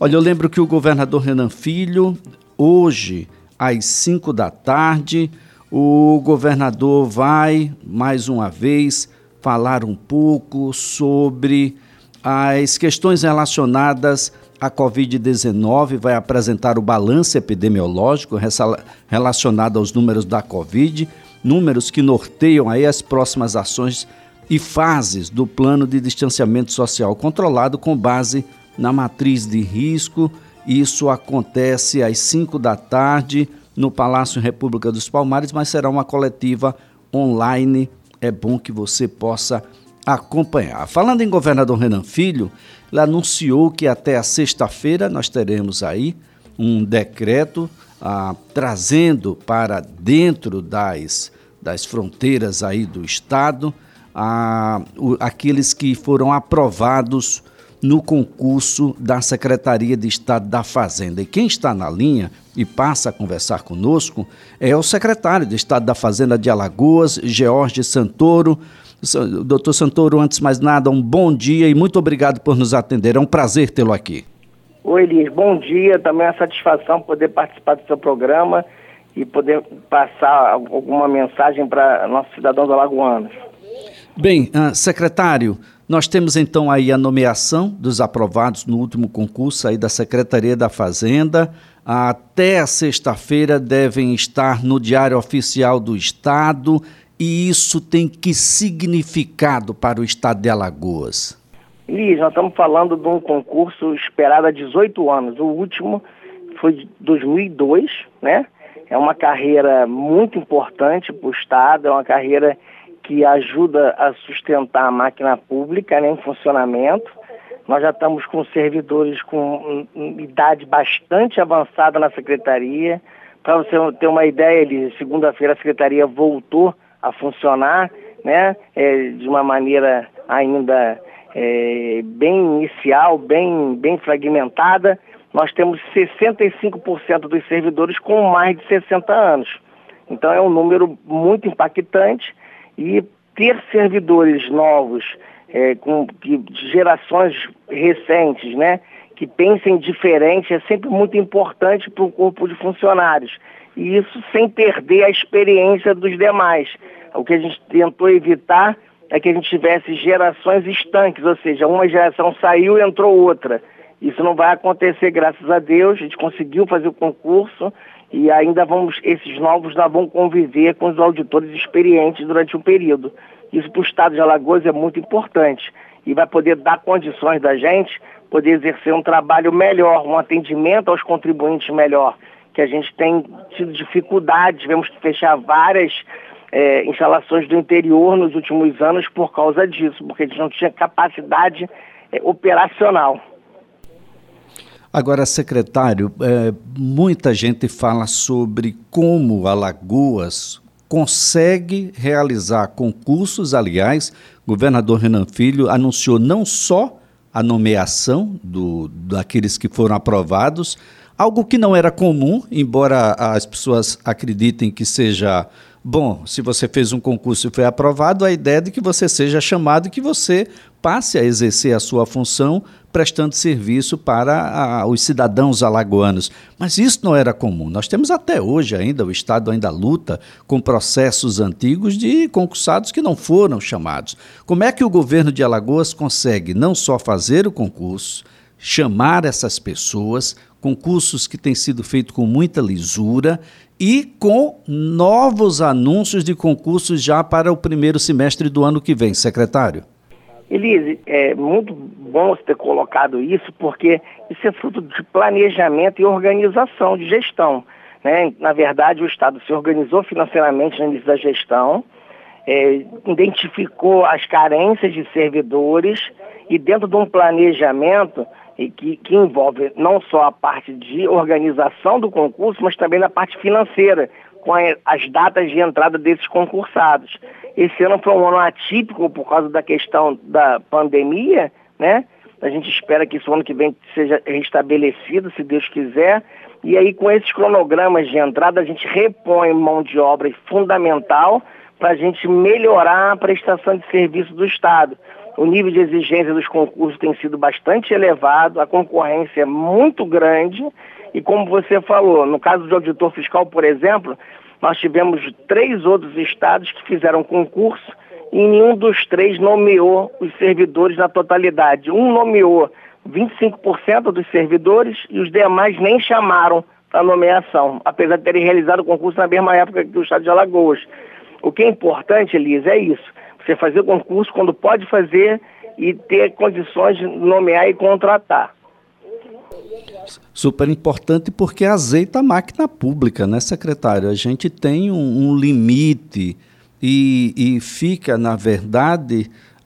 Olha, eu lembro que o governador Renan Filho, hoje, às 5 da tarde, o governador vai, mais uma vez, falar um pouco sobre as questões relacionadas à Covid-19, vai apresentar o balanço epidemiológico relacionado aos números da Covid, números que norteiam aí as próximas ações e fases do plano de distanciamento social controlado com base na matriz de risco. Isso acontece às 5 da tarde no Palácio República dos Palmares, mas será uma coletiva online. É bom que você possa acompanhar. Falando em governador Renan Filho, ele anunciou que até a sexta-feira nós teremos aí um decreto trazendo para dentro das fronteiras aí do estado aqueles que foram aprovados no concurso da Secretaria de Estado da Fazenda. E quem está na linha e passa a conversar conosco é o secretário de Estado da Fazenda de Alagoas, George Santoro. Doutor Santoro, antes de mais nada, um bom dia e muito obrigado por nos atender. É um prazer tê-lo aqui. Oi, Elias. Bom dia. Também é uma satisfação poder participar do seu programa e poder passar alguma mensagem para nossos cidadãos alagoanos. Bem, secretário, nós temos então aí a nomeação dos aprovados no último concurso aí da Secretaria da Fazenda. Até a sexta-feira devem estar no Diário Oficial do Estado. E isso tem que significado para o Estado de Alagoas? Liz, nós estamos falando de um concurso esperado há 18 anos. O último foi de 2002, né? É uma carreira muito importante para o Estado, é uma carreira que ajuda a sustentar a máquina pública, né, em funcionamento. Nós já estamos com servidores com idade bastante avançada na Secretaria. Para você ter uma ideia, Liz, segunda-feira a Secretaria voltou a funcionar, né, de uma maneira ainda bem inicial, bem fragmentada. Nós temos 65% dos servidores com mais de 60 anos. Então é um número muito impactante e ter servidores novos, de gerações recentes, né, que pensem diferente, é sempre muito importante para o corpo de funcionários. E isso sem perder a experiência dos demais. O que a gente tentou evitar é que a gente tivesse gerações estanques, ou seja, uma geração saiu e entrou outra. Isso não vai acontecer, graças a Deus. A gente conseguiu fazer o concurso e ainda esses novos vão conviver com os auditores experientes durante um período. Isso para o Estado de Alagoas é muito importante e vai poder dar condições da gente poder exercer um trabalho melhor, um atendimento aos contribuintes melhor, que a gente tem tido dificuldade, tivemos que fechar várias instalações do interior nos últimos anos por causa disso, porque a gente não tinha capacidade operacional. Agora, secretário, muita gente fala sobre como Alagoas consegue realizar concursos. Aliás, o governador Renan Filho anunciou não só a nomeação daqueles que foram aprovados, algo que não era comum, embora as pessoas acreditem que seja bom. Se você fez um concurso e foi aprovado, a ideia é de que você seja chamado e que você passe a exercer a sua função prestando serviço para os cidadãos alagoanos. Mas isso não era comum. Nós temos até hoje ainda, o Estado ainda luta com processos antigos de concursados que não foram chamados. Como é que o governo de Alagoas consegue não só fazer o concurso, chamar essas pessoas, concursos que têm sido feitos com muita lisura e com novos anúncios de concursos já para o primeiro semestre do ano que vem, secretário? Elise, é muito bom você ter colocado isso, porque isso é fruto de planejamento e organização, de gestão, né? Na verdade, o Estado se organizou financeiramente no início da gestão, identificou as carências de servidores e dentro de um planejamento que envolve não só a parte de organização do concurso, mas também na parte financeira, com as datas de entrada desses concursados. Esse ano foi um ano atípico por causa da questão da pandemia, né? A gente espera que isso ano que vem seja restabelecido, se Deus quiser. E aí, com esses cronogramas de entrada, a gente repõe mão de obra fundamental para a gente melhorar a prestação de serviço do Estado. o nível de exigência dos concursos tem sido bastante elevado, a concorrência é muito grande e, como você falou, no caso do auditor fiscal, por exemplo, nós tivemos 3 outros estados que fizeram concurso e nenhum dos 3 nomeou os servidores na totalidade. Um nomeou 25% dos servidores e os demais nem chamaram para nomeação, apesar de terem realizado o concurso na mesma época que o estado de Alagoas. O que é importante, Elisa, é isso. Você fazer concurso quando pode fazer e ter condições de nomear e contratar. Super importante porque azeita a máquina pública, né, secretário? A gente tem um limite e fica, na verdade,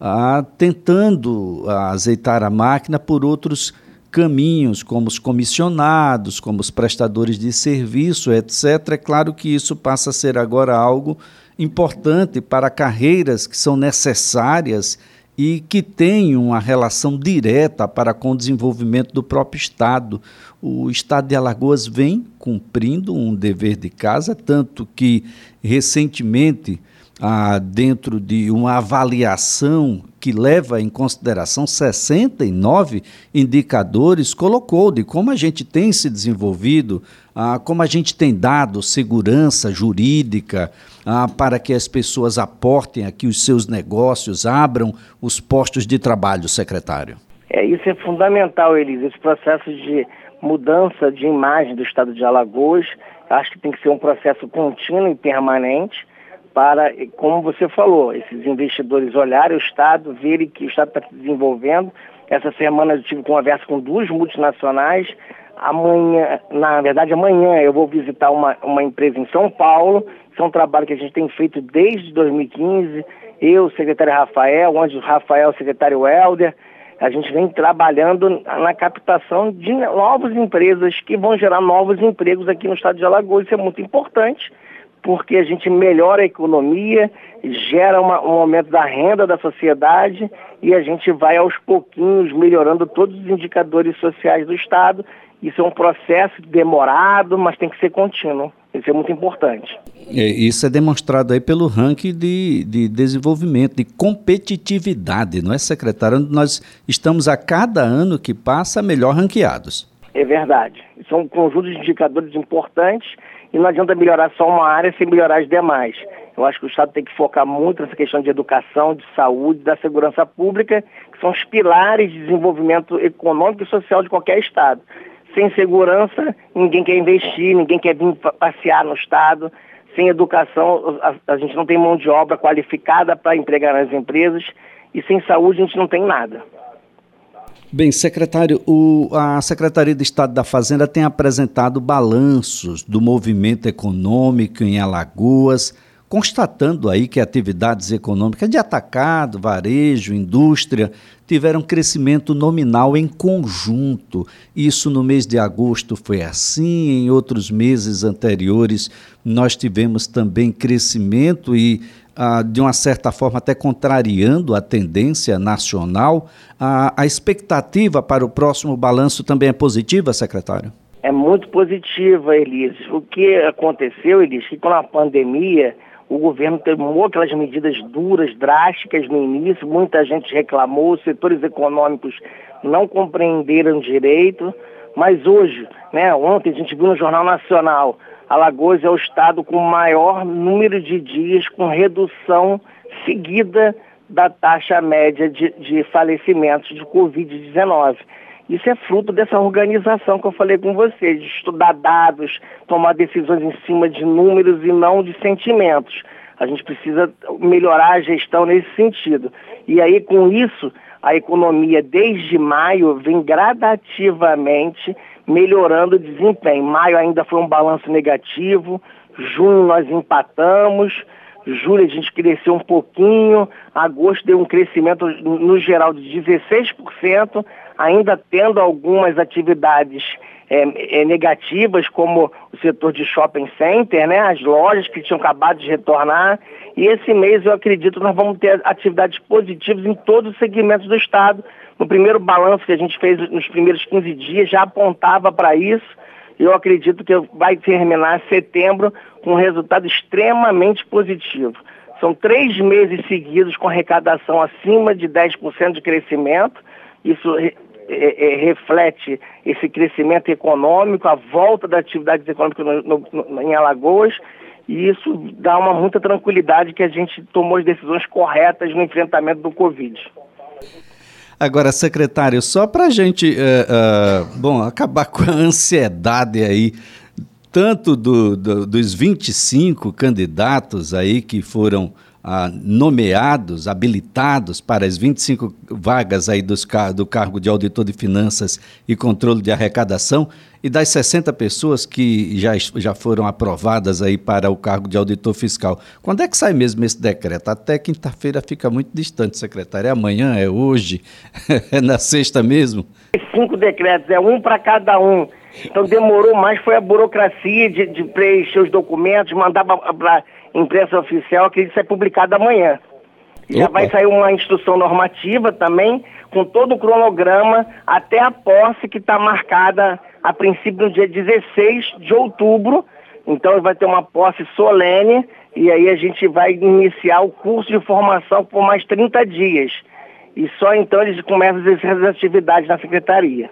tentando azeitar a máquina por outros caminhos, como os comissionados, como os prestadores de serviço, etc. É claro que isso passa a ser agora algo importante para carreiras que são necessárias e que têm uma relação direta para com o desenvolvimento do próprio Estado. O Estado de Alagoas vem cumprindo um dever de casa, tanto que, recentemente, dentro de uma avaliação que leva em consideração 69 indicadores, colocou de como a gente tem se desenvolvido, como a gente tem dado segurança jurídica para que as pessoas aportem aqui os seus negócios, abram os postos de trabalho, secretário. Isso é fundamental, Elisa, esse processo de mudança de imagem do estado de Alagoas, acho que tem que ser um processo contínuo e permanente, para, como você falou, esses investidores olharem o Estado, verem que o Estado está se desenvolvendo. Essa semana eu tive conversa com 2 multinacionais. Amanhã eu vou visitar uma empresa em São Paulo. Isso é um trabalho que a gente tem feito desde 2015. Eu, o secretário Rafael, onde o Rafael, o secretário Helder. A gente vem trabalhando na captação de novas empresas que vão gerar novos empregos aqui no estado de Alagoas. Isso é muito importante, porque a gente melhora a economia, gera um aumento da renda da sociedade e a gente vai aos pouquinhos melhorando todos os indicadores sociais do Estado. Isso é um processo demorado, mas tem que ser contínuo. Isso é muito importante. Isso é demonstrado aí pelo ranking de desenvolvimento, de competitividade, não é, secretário? Nós estamos a cada ano que passa melhor ranqueados. É verdade. São um conjunto de indicadores importantes e não adianta melhorar só uma área sem melhorar as demais. Eu acho que o Estado tem que focar muito nessa questão de educação, de saúde, da segurança pública, que são os pilares de desenvolvimento econômico e social de qualquer Estado. Sem segurança, ninguém quer investir, ninguém quer vir passear no Estado. Sem educação, a gente não tem mão de obra qualificada para empregar nas empresas. E sem saúde, a gente não tem nada. Bem, secretário, a Secretaria de Estado da Fazenda tem apresentado balanços do movimento econômico em Alagoas, constatando aí que atividades econômicas de atacado, varejo, indústria, tiveram crescimento nominal em conjunto. Isso no mês de agosto foi assim, em outros meses anteriores nós tivemos também crescimento e, de uma certa forma, até contrariando a tendência nacional. A expectativa para o próximo balanço também é positiva, secretário? É muito positiva, Elis. O que aconteceu, Elis, que com a pandemia o governo tomou aquelas medidas duras, drásticas no início, muita gente reclamou, os setores econômicos não compreenderam direito, mas hoje, ontem a gente viu no Jornal Nacional, Alagoas é o estado com o maior número de dias com redução seguida da taxa média de falecimentos de Covid-19. Isso é fruto dessa organização que eu falei com vocês, de estudar dados, tomar decisões em cima de números e não de sentimentos. A gente precisa melhorar a gestão nesse sentido. E aí, com isso, a economia, desde maio, vem gradativamente melhorando o desempenho. Maio ainda foi um balanço negativo, junho nós empatamos, julho a gente cresceu um pouquinho, agosto deu um crescimento no geral de 16%, ainda tendo algumas atividades negativas, como o setor de shopping center, as lojas que tinham acabado de retornar. E esse mês, eu acredito, nós vamos ter atividades positivas em todos os segmentos do Estado. No primeiro balanço que a gente fez nos primeiros 15 dias, já apontava para isso. Eu acredito que vai terminar setembro com um resultado extremamente positivo. São 3 meses seguidos com arrecadação acima de 10% de crescimento. Isso reflete esse crescimento econômico, a volta da atividade econômica em Alagoas, e isso dá muita tranquilidade que a gente tomou as decisões corretas no enfrentamento do Covid. Agora, secretário, só para a gente acabar com a ansiedade aí, tanto dos 25 candidatos aí que foram nomeados, habilitados para as 25 vagas aí do cargo de auditor de finanças e controle de arrecadação, e das 60 pessoas que já foram aprovadas aí para o cargo de auditor fiscal. Quando é que sai mesmo esse decreto? Até quinta-feira fica muito distante, secretário. É amanhã? É hoje? É na sexta mesmo? 5 decretos, é um para cada um. Então demorou mais, foi a burocracia de preencher os documentos, mandar para a imprensa oficial, que isso é publicado amanhã. Já vai sair uma instrução normativa também, com todo o cronograma, até a posse que está marcada a princípio no dia 16 de outubro. Então vai ter uma posse solene e aí a gente vai iniciar o curso de formação por mais 30 dias. E só então eles começam a exercer as atividades na secretaria.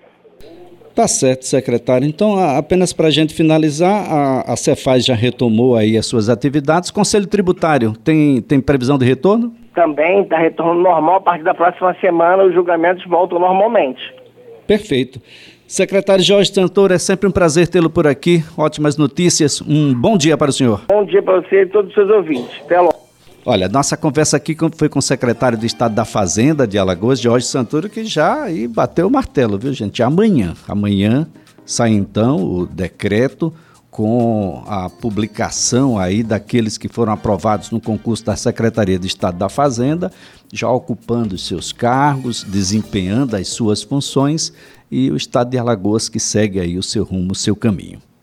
Tá certo, secretário. Então, apenas para a gente finalizar, a Cefaz já retomou aí as suas atividades. Conselho Tributário, tem previsão de retorno? Também está retorno normal. A partir da próxima semana, os julgamentos voltam normalmente. Perfeito. Secretário Jorge Santoro, é sempre um prazer tê-lo por aqui. Ótimas notícias. Um bom dia para o senhor. Bom dia para você e todos os seus ouvintes. Até logo. Olha, nossa conversa aqui foi com o secretário de Estado da Fazenda de Alagoas, Jorge Santoro, que já aí bateu o martelo, viu, gente? Amanhã sai então o decreto com a publicação aí daqueles que foram aprovados no concurso da Secretaria de Estado da Fazenda, já ocupando os seus cargos, desempenhando as suas funções, e o Estado de Alagoas que segue aí o seu rumo, o seu caminho.